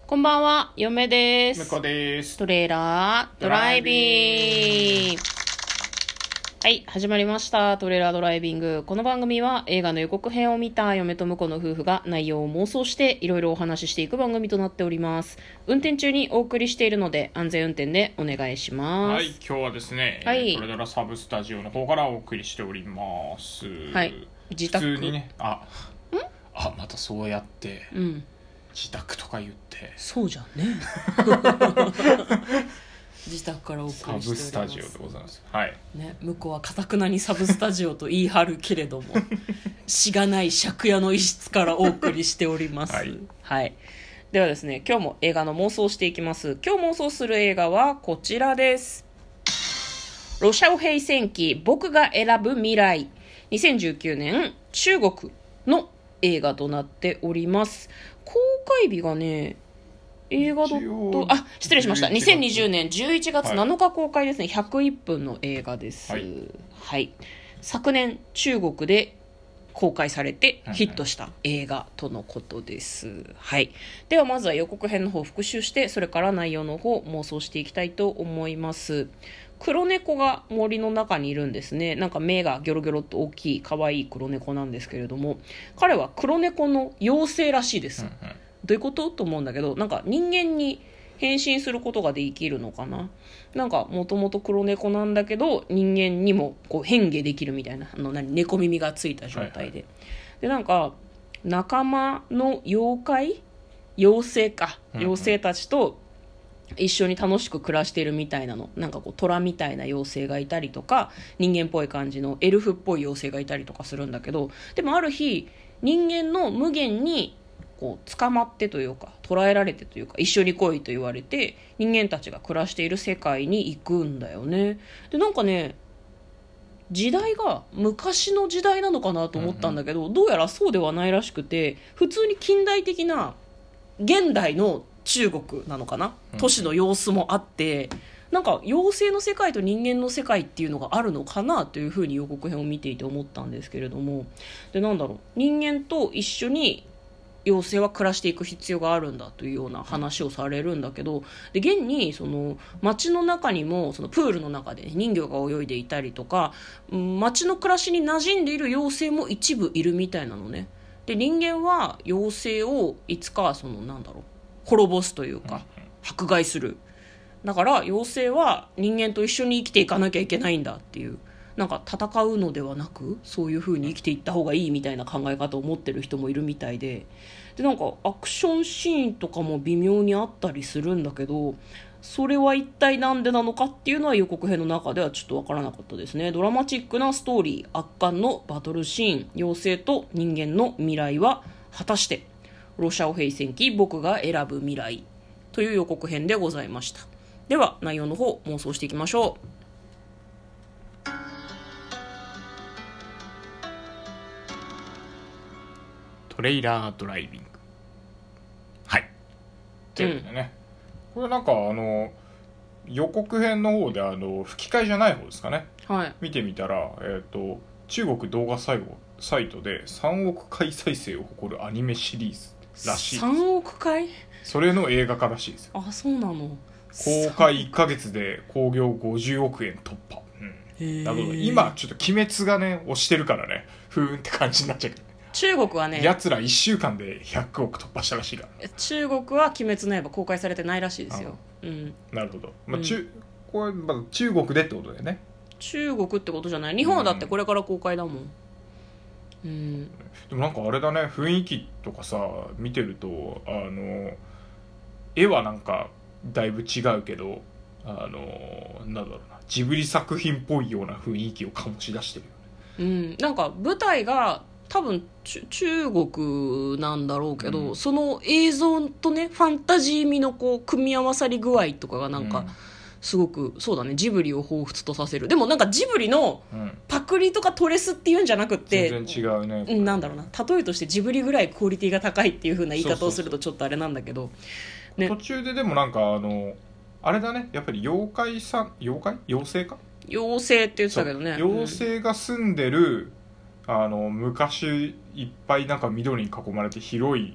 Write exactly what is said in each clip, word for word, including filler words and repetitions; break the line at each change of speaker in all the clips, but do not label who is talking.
こんばんは、嫁で
向
す。
こうです。
トレーラードライビング。はい、始まりました。トレーラードライビング。この番組は映画の予告編を見た嫁と婿の夫婦が内容を妄想していろいろお話ししていく番組となっております。運転中にお送りしているので安全運転でお願いします。
はい、今日はですね、
はい、
トレドラサブスタジオの方からお送りしております。
はい、自宅。
普通にね、あ、あ、またそうやって、
うん、
自宅とか言って。
そうじゃんね。自宅からお送りしております。
サブスタジオでございます。はい。
ね、向こうは堅くなにサブスタジオと言い張るけれども、しがない借家の一室からお送りしております。はい、はい。ではですね、今日も映画の妄想をしていきます。今日妄想する映画はこちらです。ロシア兵戦記僕が選ぶ未来。にせんじゅうきゅうねん中国の映画となっております。公開日がね、映画ドット、あ、失礼しました。にせんにじゅうねんじゅういちがつなのか公開ですね。ひゃくいっぷんの映画です。はい。はい、昨年中国で公開されてヒットした映画とのことです。はい。ではまずは予告編の方を復習して、それから内容の方を妄想していきたいと思います。黒猫が森の中にいるんですね。なんか目がギョロギョロっと大きい可愛い黒猫なんですけれども、彼は黒猫の妖精らしいです。うんうん、どういうことと思うんだけど、なんか人間に変身することができるのかな。なんかもともと黒猫なんだけど人間にもこう変化できるみたいな、あの何猫耳がついた状態で、はいはい、でなんか仲間の妖怪妖精か妖精たちと一緒に楽しく暮らしているみたいなの、なんかこう虎みたいな妖精がいたりとか、人間っぽい感じのエルフっぽい妖精がいたりとかするんだけど、でもある日人間の無限にこう捕まってというか捕らえられてというか、一緒に来いと言われて人間たちが暮らしている世界に行くんだよね。でなんかね、時代が昔の時代なのかなと思ったんだけど、うんうん、どうやらそうではないらしくて、普通に近代的な現代の中国なのかな、都市の様子もあって、なんか妖精の世界と人間の世界っていうのがあるのかなというふうに予告編を見ていて思ったんですけれども、でなんだろう、人間と一緒に妖精は暮らしていく必要があるんだというような話をされるんだけど、で現にその街の中にもそのプールの中で人魚が泳いでいたりとか、街の暮らしに馴染んでいる妖精も一部いるみたいなのね。で人間は妖精をいつかそのなんだろう滅ぼすというか迫害する。だから妖精は人間と一緒に生きていかなきゃいけないんだっていう、なんか戦うのではなくそういう風に生きていった方がいいみたいな考え方を持ってる人もいるみたいで、でなんかアクションシーンとかも微妙にあったりするんだけど、それは一体なんでなのかっていうのは予告編の中ではちょっとわからなかったですね。ドラマチックなストーリー、圧巻のバトルシーン、妖精と人間の未来は果たして。ロシア兵戦記僕が選ぶ未来という予告編でございました。では内容の方妄想していきましょう。
トレイラードライビング。はい。ということでね、うん、これなんかあの予告編の方であの吹き替えじゃない方ですかね。はい。見てみたら、えっと中国動画サイサイトでさんおくかい再生を誇るアニメシリーズらしいです。
さんおくかい？
それの映画化らしいですよ。
あ、そうなの。
公開いっかげつで興行ごじゅうおくえん突破。うん、なるほど。今ちょっと鬼滅がね押してるからね、ふーんって感じになっちゃうけど。中
国はね、
やつらいっしゅうかんでひゃくおく突破したらしいから。
中国は鬼滅の刃公開されてないらしいですよ。うん、
なるほど。まあ、中、うん、これまだ中国でってことだよね。
中国ってことじゃない。日本はだってこれから公開だもん。うん、
でもなんかあれだね、雰囲気とかさ見てると、あの絵はなんかだいぶ違うけど、あのなんだろうな、ジブリ作品っぽいような雰囲気を醸し出してるよ
ね。うん、なんか舞台が多分中国なんだろうけど、うん、その映像とねファンタジー味のこう組み合わさり具合とかがなんか、うん、すごくそうだね、ジブリを彷彿とさせる。でもなんかジブリのパクリとかトレスっていうんじゃなくって、
全然違うね、
なんだろうな、例えとしてジブリぐらいクオリティが高いっていう風な言い方をするとちょっとあれなんだけど、
ね、途中ででもなんかあのあれだね、やっぱり妖怪さん妖怪妖精か
妖精って言ってたけどね、
妖精が住んでる、うん、あの昔いっぱいなんか緑に囲まれて広い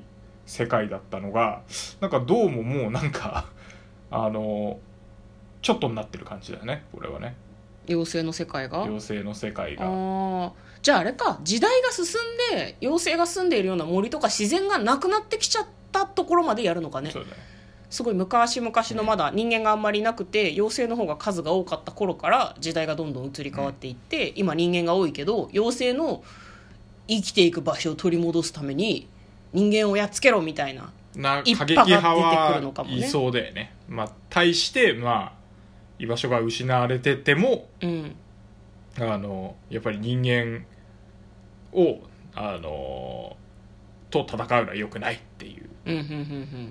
世界だったのがなんかどうももうなんかあのちょっとになってる感じだよねこれはね。
妖精の世界が
妖精の世界が
あじゃああれか時代が進んで妖精が住んでいるような森とか自然がなくなってきちゃったところまでやるのかね。
そうだね。
すごい昔々のまだ人間があんまりいなくて、うん、妖精の方が数が多かった頃から時代がどんどん移り変わっていって、うん、今人間が多いけど妖精の生きていく場所を取り戻すために人間をやっつけろみたいな
な過激派はいそうだよね。まあ対してまあ居場所が失われてても、
うん、
あのやっぱり人間をあのと戦うのは良くないっていう、
うんうんうんうん、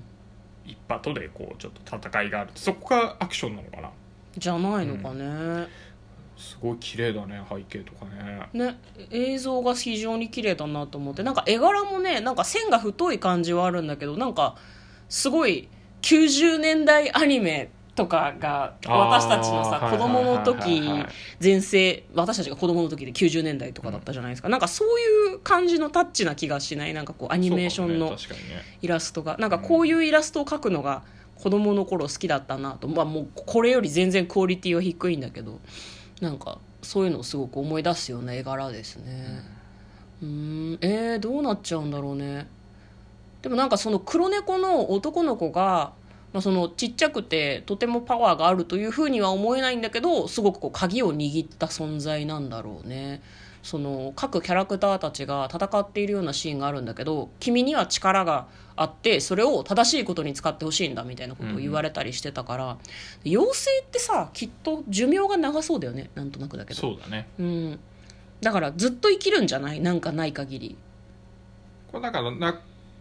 一派とでこうちょっと戦いがある。そこがアクションなのかな
じゃないのかね、うん、
すごい綺麗だね背景とかね。
ね映像が非常に綺麗だなと思って、なんか絵柄もねなんか線が太い感じはあるんだけどなんかすごいきゅうじゅうねんだいアニメとかが私たちのさ子供の時全盛私たちが子供の時できゅうじゅうねんだいとかだったじゃないですか、うん、なんかそういう感じのタッチな気がしない？なんかこうアニメーションのイラストが、なんかこういうイラストを描くのが子供の頃好きだったなと、まあもうこれより全然クオリティは低いんだけどなんかそういうのをすごく思い出すような絵柄ですね。うーんえー、どうなっちゃうんだろうね。でもなんかその黒猫の男の子がまあ、そのちっちゃくてとてもパワーがあるというふうには思えないんだけどすごくこう鍵を握った存在なんだろうね。その各キャラクターたちが戦っているようなシーンがあるんだけど君には力があってそれを正しいことに使ってほしいんだみたいなことを言われたりしてたから、うん、妖精ってさきっと寿命が長そうだよねなんとなくだけど。
そうだね、
うん、だからずっと生きるんじゃないなんかない限り。
これだからな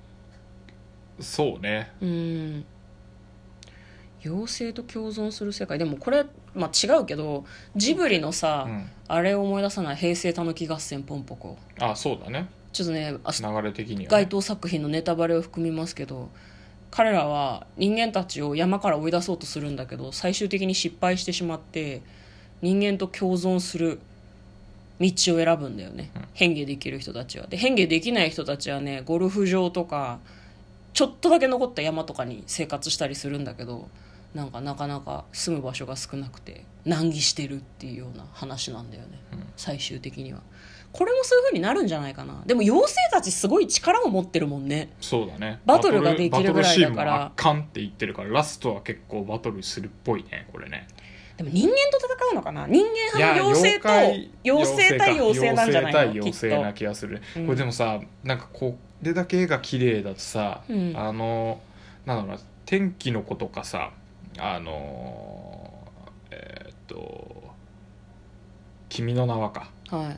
そうね
うん妖精と共存する世界でもこれ、まあ、違うけどジブリのさ、うん、あれを思い出さない平成たぬき合戦ポンポコ。
あそうだね
ちょっとね
流れ的には、ね、
該当作品のネタバレを含みますけど彼らは人間たちを山から追い出そうとするんだけど最終的に失敗してしまって人間と共存する道を選ぶんだよね、うん、変化できる人たちは。で変化できない人たちはねゴルフ場とかちょっとだけ残った山とかに生活したりするんだけどなんかなかなか住む場所が少なくて難儀してるっていうような話なんだよね、うん、最終的には。これもそういう風になるんじゃないかな。でも妖精たちすごい力を持ってるもんね。
そうだね
バトルができるぐらいだから。
バトルシーンも圧巻って言ってるからラストは結構バトルするっぽいねこれね。
でも人間と戦うのかな。人間派の妖精と妖精対妖精なんじゃないの。
妖精対妖精な気がする、うん、これでもさなんかこれだけ絵が綺麗だとさ、うん、あのなんだろうな天気の子とかさあのえー、っと君の名はか、
はい、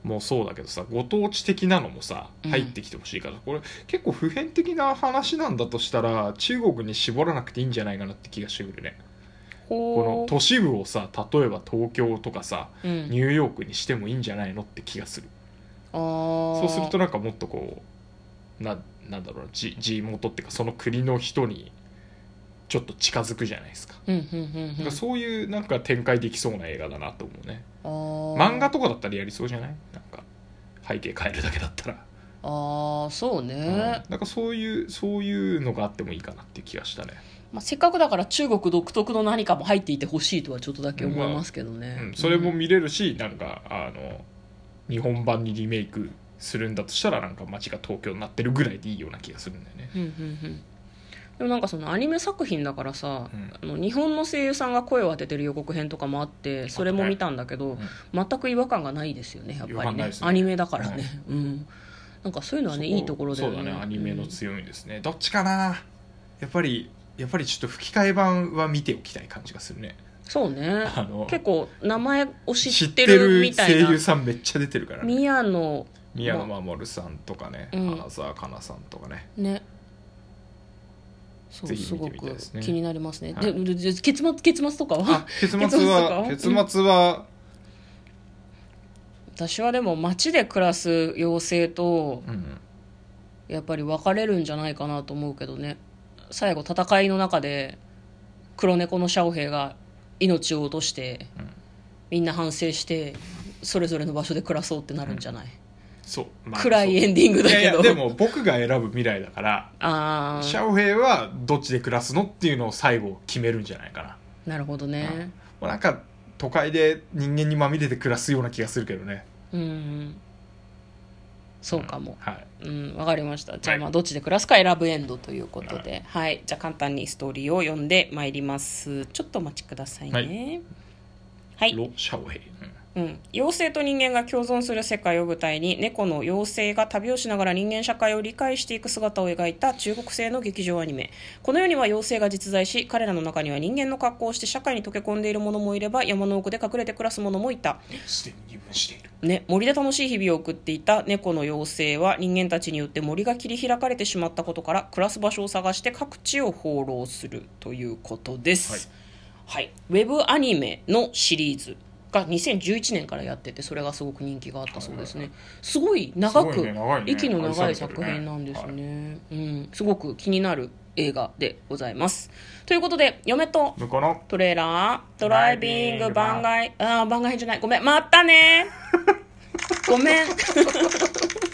もうそうだけどさご当地的なのもさ入ってきてほしいから、うん、これ結構普遍的な話なんだとしたら中国に絞らなくていいんじゃないかなって気がしてくるね。この都市部をさ例えば東京とかさ、うん、ニューヨークにしてもいいんじゃないのって気がする。
あ
そうするとなんかもっとこう な, なんだろうな地元っていうかその国の人にちょっと近づくじゃないですか、
うんうんうんうん、
そういうなんか展開できそうな映画だなと思うね。あ漫画とかだったらやりそうじゃない？なんか背景変えるだけだったら。
ああそうね、うん、
なんかそういうそういうのがあってもいいかなっていう気がしたね。
まあ、せっかくだから中国独特の何かも入っていてほしいとはちょっとだけ思いますけどね、
まあうん、それも見れるし、うん、なんかあの日本版にリメイクするんだとしたらなんか街が東京になってるぐらいでいいような気がするんだよね、
うんうんうん、でもなんかそのアニメ作品だからさ、うん、あの日本の声優さんが声を当ててる予告編とかもあってそれも見たんだけど、ねうん、全く違和感がないですよねやっぱり ね, ねアニメだからね、うんうん、なんかそういうのはねいいところだよね。
そうだねアニメの強みですね、うん、どっちかなやっぱりやっぱりちょっと吹き替え版は見ておきたい感じがするね。
そうねあの結構名前を知ってるみたいな
声優さんめっちゃ出てるからね。
宮野
宮野真守さんとかね、うん、花澤香菜さんとかね
ねそうすごく気になりますね、はい、でで結末結末とかは
結末は結末は
私はでも街で暮らす妖精と、うん、やっぱり別れるんじゃないかなと思うけどね。最後戦いの中で黒猫のシャオヘイが命を落として、うん、みんな反省してそれぞれの場所で暮らそうってなるんじゃない、
そう、
まあ、暗いエンディングだけど。いやいや
でも僕が選ぶ未来だから
あ
シャオヘイはどっちで暮らすのっていうのを最後決めるんじゃないかな。
なるほどね、
うん、なんか都会で人間にまみれて暮らすような気がするけどね。
うんそうかも、
うん、はい、
うん、わかりました。じゃあまあどっちで暮らすか選ぶエンドということで、はい、はい、じゃあ簡単にストーリーを読んでまいります。ちょっとお待ちくださいね。はい、
ロシャオヘイ、
うん、妖精と人間が共存する世界を舞台に猫の妖精が旅をしながら人間社会を理解していく姿を描いた中国製の劇場アニメ。この世には妖精が実在し、彼らの中には人間の格好をして社会に溶け込んでいる者もいれば山の奥で隠れて暮らす者もいた。
すでに二分している、
ね、森で楽しい日々を送っていた猫の妖精は人間たちによって森が切り開かれてしまったことから暮らす場所を探して各地を放浪するということです、はいはい、ウェブアニメのシリーズがにせんじゅういちねんからやってて、それがすごく人気があったそうですね。すごい長く、ねね、息の長い作品なんですね、はい、うん、すごく気になる映画でございます。ということで、嫁とトレーラードライビング番外、あー番外編じゃない、ごめん、またねごめん